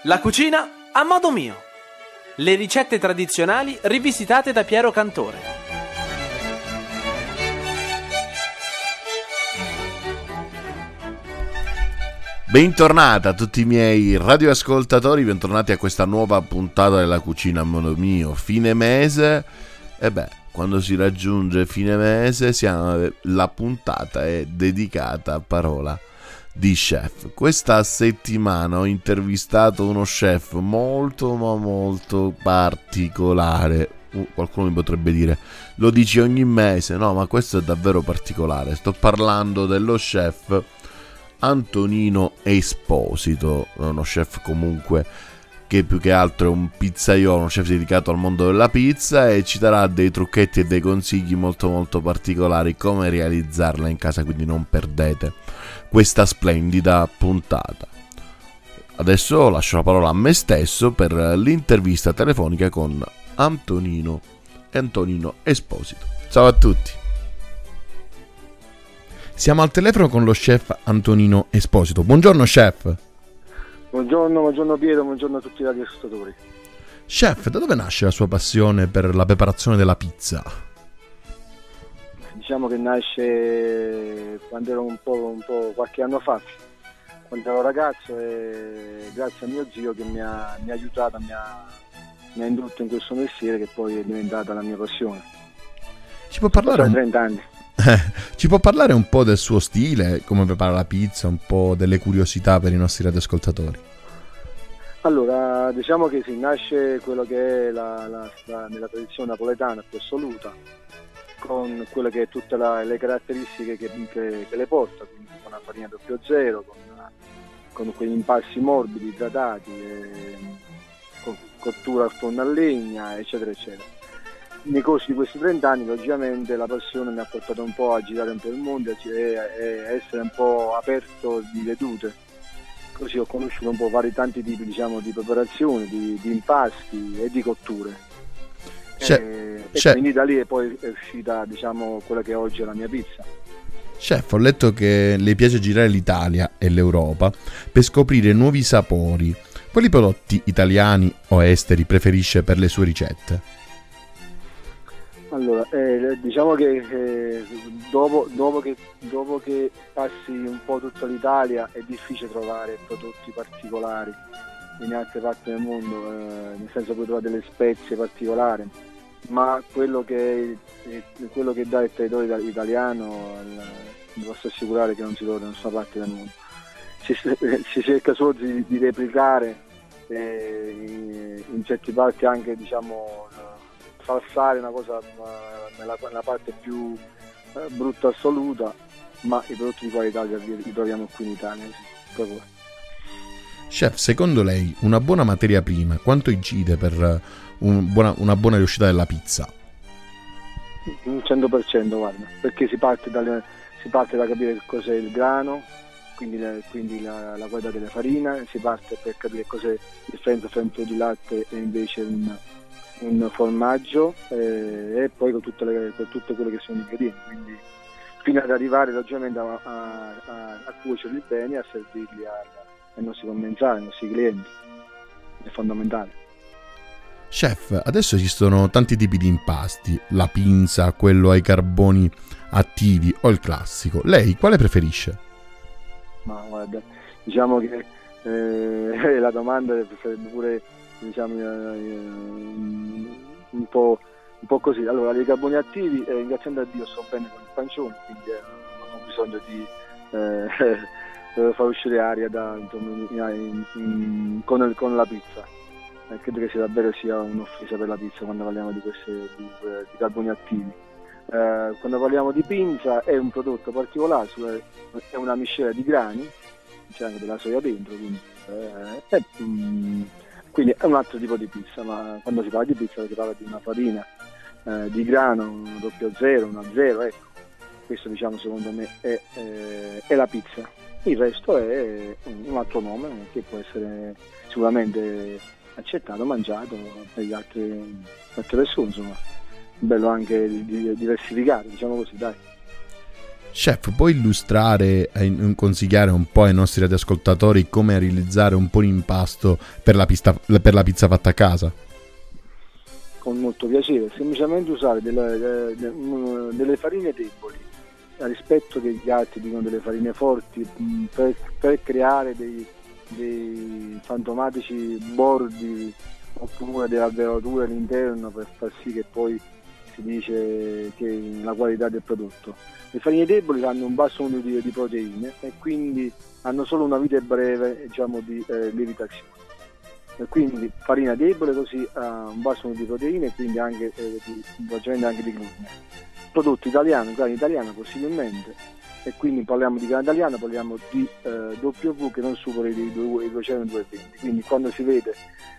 La cucina a modo mio. Le ricette tradizionali rivisitate da Piero Cantore. Bentornati a tutti i miei radioascoltatori, bentornati a questa nuova puntata della cucina a modo mio. Fine mese, quando si raggiunge fine mese la puntata è dedicata a parola di chef. Questa settimana ho intervistato uno chef molto ma molto particolare. Qualcuno mi potrebbe dire, lo dici ogni mese? No, ma questo è davvero particolare. Sto parlando dello chef Antonino Esposito, uno chef comunque che più che altro è un pizzaiolo, un chef dedicato al mondo della pizza, e ci darà dei trucchetti e dei consigli molto molto particolari come realizzarla in casa, quindi non perdete questa splendida puntata. Adesso lascio la parola a me stesso per l'intervista telefonica con Antonino Esposito. Ciao a tutti. Siamo al telefono con lo chef Antonino Esposito. Buongiorno chef. Buongiorno Piero, buongiorno a tutti i radioascoltatori. Chef, da dove nasce la sua passione per la preparazione della pizza? Diciamo che nasce quando ero un po' qualche anno fa, quando ero ragazzo, e grazie a mio zio che mi ha aiutato, mi ha indotto in questo mestiere che poi è diventata la mia passione. Ci può parlare 30 anni. Ci può parlare un po' del suo stile, come prepara la pizza, un po' delle curiosità per i nostri radioascoltatori? Allora, diciamo che nasce quello che è nella tradizione napoletana più assoluta, con quelle che è tutte le caratteristiche che le porta, quindi con una farina 00, con quegli impasti morbidi, idratati, con cottura al forno a legna, eccetera eccetera. Nei corsi di questi 30 anni logicamente la passione mi ha portato un po' a girare un po' il mondo e essere un po' aperto di vedute. Così ho conosciuto un po' tanti tipi, diciamo, di preparazioni, di impasti e di cotture. E quindi da lì poi è uscita, diciamo, quella che oggi è la mia pizza. Chef, ho letto che le piace girare l'Italia e l'Europa per scoprire nuovi sapori. Quali prodotti italiani o esteri preferisce per le sue ricette? Allora, diciamo che dopo che passi un po' tutta l'Italia è difficile trovare prodotti particolari in altre parti del mondo, nel senso puoi trovare delle spezie particolari, ma quello che dà il territorio italiano vi posso assicurare che non si trova da nessuna parte del mondo. Si cerca solo di replicare, in certi parti anche, diciamo, falsare una cosa nella parte più brutta assoluta, ma i prodotti di qualità li troviamo qui in Italia, proprio. Chef, secondo lei una buona materia prima quanto incide per una buona riuscita della pizza? 100%, guarda, perché si parte da capire cos'è il grano, quindi la qualità della farina, si parte per capire cos'è la differenza tra un po' di latte e invece un formaggio, e poi con tutte quelle che sono gli ingredienti, quindi fino ad arrivare logicamente a cuocerli bene e a servirli ai nostri commensali, ai nostri clienti. È fondamentale. Chef, adesso esistono tanti tipi di impasti, la pinza, quello ai carboni attivi o il classico. Lei quale preferisce? Ma guarda, diciamo che la domanda sarebbe pure, diciamo, un po' così. Allora, i carboni attivi, ringraziando a Dio, sto bene con il pancione, quindi non ho bisogno di far uscire aria con la pizza. Credo che davvero sia un'offesa per la pizza quando parliamo di carboni attivi. Quando parliamo di pinza è un prodotto particolare, è una miscela di grani, c'è anche della soia dentro, quindi è un altro tipo di pizza, ma quando si parla di pizza si parla di una farina di grano 00, una 0, ecco. Questo, diciamo, secondo me è la pizza. Il resto è un altro nome che può essere sicuramente accettato, mangiato per altre persone, insomma. Bello anche diversificare, diciamo così, dai. Chef, puoi illustrare e consigliare un po' ai nostri radioascoltatori come realizzare un buon impasto per la pizza fatta a casa? Con molto piacere, semplicemente usare delle farine deboli rispetto degli altri, dicono delle farine forti, per creare dei fantomatici bordi oppure della velatura all'interno, per far sì che poi si dice che la qualità del prodotto. Le farine deboli hanno un basso numero di proteine e quindi hanno solo una vita breve, diciamo, di lievitazione. E quindi farina debole così ha un basso numero di proteine e quindi anche anche di glutine. Prodotto italiano, grano italiano possibilmente, e quindi parliamo di grano italiano, parliamo di W che non supera i 200-220. Quindi quando si vede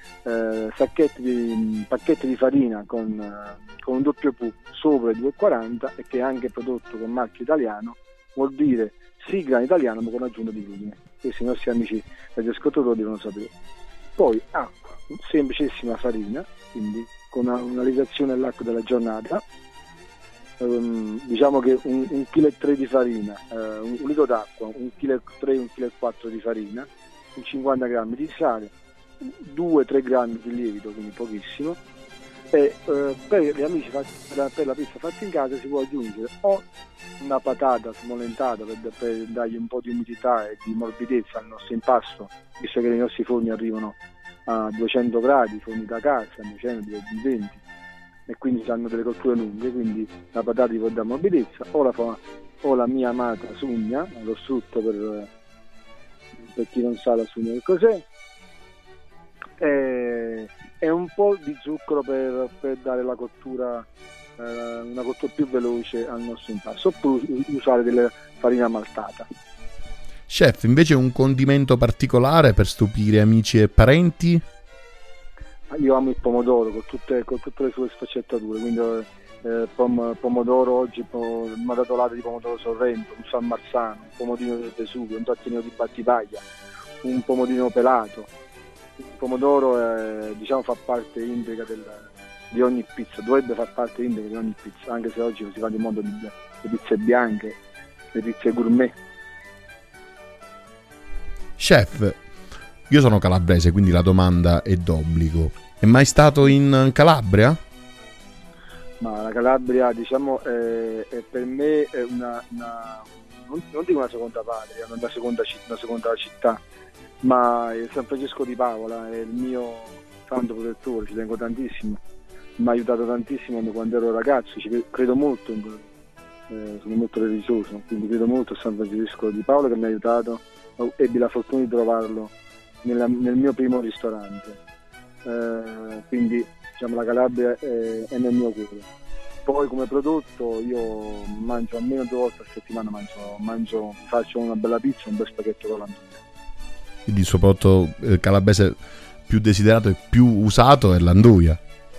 pacchetti di farina con un W sopra i 2,40 e che è anche prodotto con marchio italiano, vuol dire sì grano italiano ma con aggiunta di glutine. Questi i nostri amici radioascoltatori devono sapere. Poi acqua, semplicissima farina, quindi con una lievitazione all'acqua della giornata. Diciamo che 1,3 kg di farina, un litro d'acqua, 1,3 kg, 1,4 kg di farina, 50 grammi di sale, 2-3 grammi di lievito, quindi pochissimo. E per gli amici per la pizza fatta in casa si può aggiungere o una patata smolentata per dargli un po' di umidità e di morbidezza al nostro impasto, visto che i nostri forni arrivano a 200 gradi, forni da casa, 220, e quindi hanno delle cotture lunghe, quindi la patata gli può dare morbidezza, o la mia amata sugna, lo strutto per chi non sa la sugna che cos'è, e un po' di zucchero per dare la cottura, una cottura più veloce al nostro impasto, oppure usare delle farina maltata. Chef, invece un condimento particolare per stupire amici e parenti? Io amo il pomodoro con tutte le sue sfaccettature, quindi pomodoro oggi mi ha dato latte di pomodoro Sorrento, un San Marzano, un pomodino del Vesuvio, un tazzino di Battipaglia, un pomodino pelato. Il pomodoro diciamo fa parte integra di ogni pizza, dovrebbe far parte integra di ogni pizza, anche se oggi si fa di mondo le pizze bianche, le pizze gourmet. Chef, io sono calabrese, quindi la domanda è d'obbligo. È mai stato in Calabria? Ma la Calabria, diciamo, è per me è non dico una seconda patria, una seconda città, ma San Francesco di Paola è il mio santo protettore, ci tengo tantissimo, mi ha aiutato tantissimo quando ero ragazzo, credo molto, sono molto religioso, quindi credo molto a San Francesco di Paola che mi ha aiutato, ebbi la fortuna di trovarlo nel mio primo ristorante, quindi diciamo la Calabria è nel mio cuore. Poi come prodotto io mangio almeno 2 volte a settimana, faccio una bella pizza, un bel spaghetto con l'anduia. Quindi il suo prodotto calabrese più desiderato e più usato è l'anduia?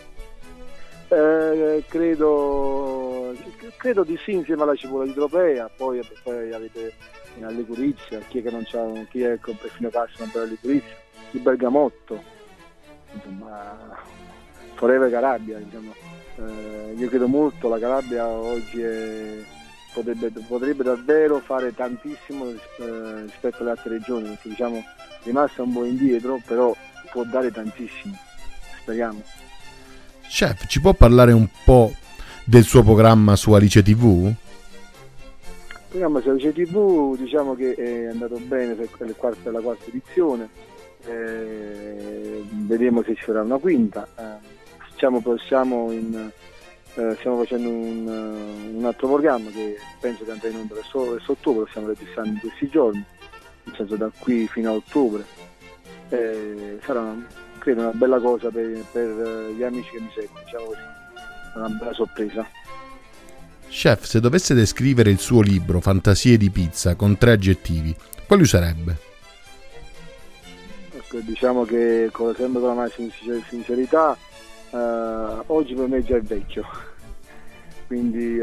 Credo di sì, insieme alla cipolla di Tropea, poi avete la licurizia, chi è che non c'ha, chi è che fino a casa una bella licurizia, il bergamotto, insomma, forever Calabria, diciamo. Io credo molto, la Calabria oggi potrebbe davvero fare tantissimo rispetto alle altre regioni, perché diciamo è rimasta un po' indietro, però può dare tantissimo, speriamo. Chef, ci può parlare un po' del suo programma su Alice TV? Il programma su Alice TV diciamo che è andato bene per la quarta edizione, vedremo se ci sarà una quinta. Stiamo facendo un altro programma che penso che andrà in onda verso ottobre, lo stiamo registrando in questi giorni, nel senso da qui fino a ottobre. Sarà credo una bella cosa per gli amici che mi seguono, diciamo così, una bella sorpresa. Chef, se dovesse descrivere il suo libro Fantasie di pizza con 3 aggettivi, quali userebbe? Ecco, diciamo che sempre con la massima sincerità, oggi per me già è vecchio, quindi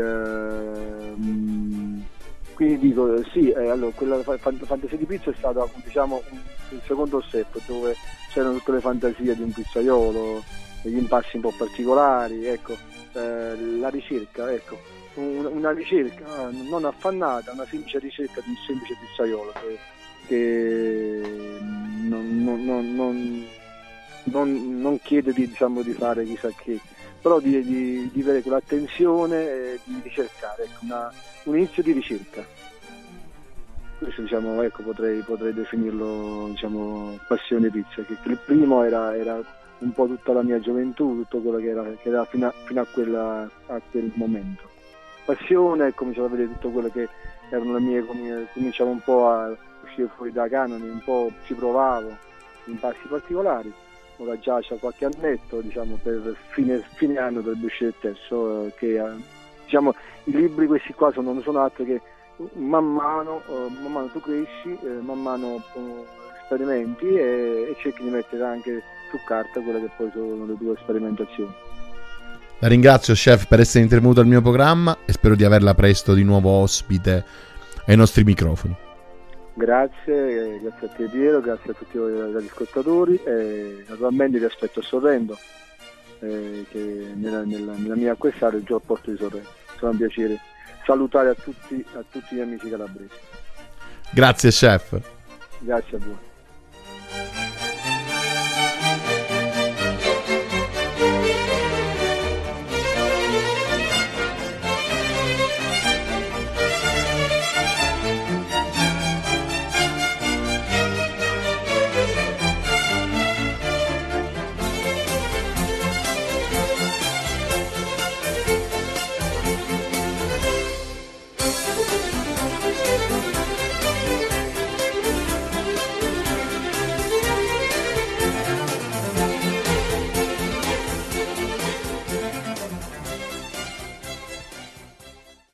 dico sì, allora quella fantasia di pizza è stata, diciamo, il secondo step, dove c'erano tutte le fantasie di un pizzaiolo, degli impasti un po' particolari, ecco, la ricerca, ecco, un una ricerca non affannata, una semplice ricerca di un semplice pizzaiolo che non chiede di fare chissà che, però di avere quell'attenzione e di ricercare, ecco, un inizio di ricerca. Questo potrei definirlo passione pizza, che il primo era un po' tutta la mia gioventù, tutto quello che era fino a quel momento. Passione, cominciavo a vedere tutto quello che erano le mie, cominciavo un po' a uscire fuori da canoni, un po' ci provavo in passi particolari. Ora già c'è qualche annetto, per fine anno dovrebbe uscire il terzo, che i libri questi qua non sono altro che man mano tu cresci, man mano sperimenti e cerchi di mettere anche su carta quelle che poi sono le tue sperimentazioni. La ringrazio, chef, per essere intervenuto al mio programma e spero di averla presto di nuovo ospite ai nostri microfoni. Grazie a te Piero, grazie a tutti gli ascoltatori e naturalmente vi aspetto a Sorrento, che nella mia quest'area già al porto di Sorrento. Sarà un piacere salutare a tutti gli amici calabresi. Grazie chef. Grazie a voi.